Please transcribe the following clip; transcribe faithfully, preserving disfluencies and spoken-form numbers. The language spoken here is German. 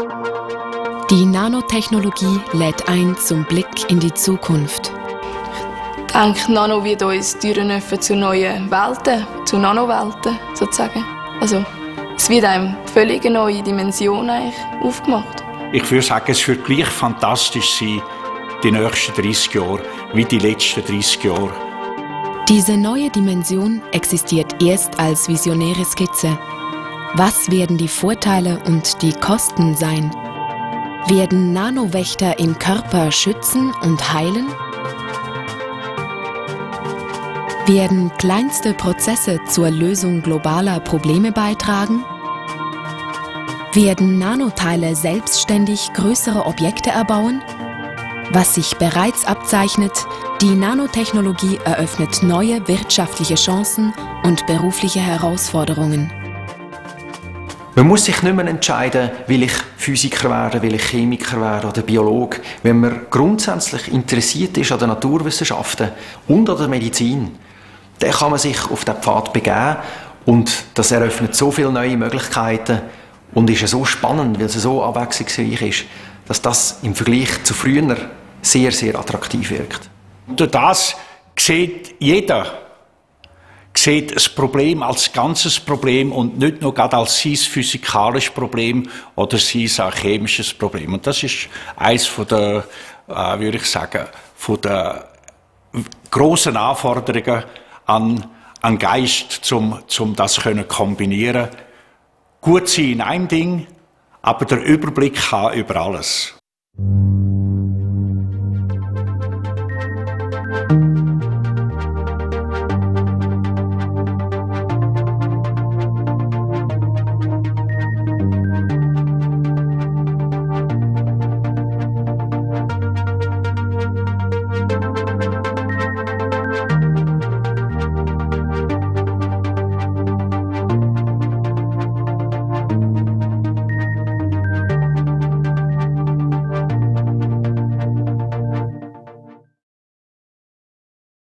Die Nanotechnologie lädt ein zum Blick in die Zukunft. Ich denke, Nano wird uns Türen öffnen zu neuen Welten, zu Nanowelten sozusagen. Also, es wird einem völlig eine neue Dimension eigentlich aufgemacht. Ich würde sagen, es wird gleich fantastisch sein, die nächsten dreißig Jahre, wie die letzten dreißig Jahre. Diese neue Dimension existiert erst als visionäre Skizze. Was werden die Vorteile und die Kosten sein? Werden Nanowächter im Körper schützen und heilen? Werden kleinste Prozesse zur Lösung globaler Probleme beitragen? Werden Nanoteile selbstständig größere Objekte erbauen? Was sich bereits abzeichnet, die Nanotechnologie eröffnet neue wirtschaftliche Chancen und berufliche Herausforderungen. Man muss sich nicht mehr entscheiden, will ich Physiker werden, will ich Chemiker werden oder Biologe. Wenn man grundsätzlich interessiert ist an den Naturwissenschaften und an der Medizin, dann kann man sich auf diesen Pfad begeben und das eröffnet so viele neue Möglichkeiten und ist so spannend, weil es so abwechslungsreich ist, dass das im Vergleich zu früher sehr, sehr attraktiv wirkt. Durch das sieht jeder sieht das Problem als ganzes Problem und nicht nur gerade als sein physikalisches Problem oder sein chemisches Problem. Und das ist eines von der, äh, würde ich sagen, von der grossen Anforderungen an, an Geist, um, um das können kombinieren. Gut sein in einem Ding, aber der Überblick haben über alles.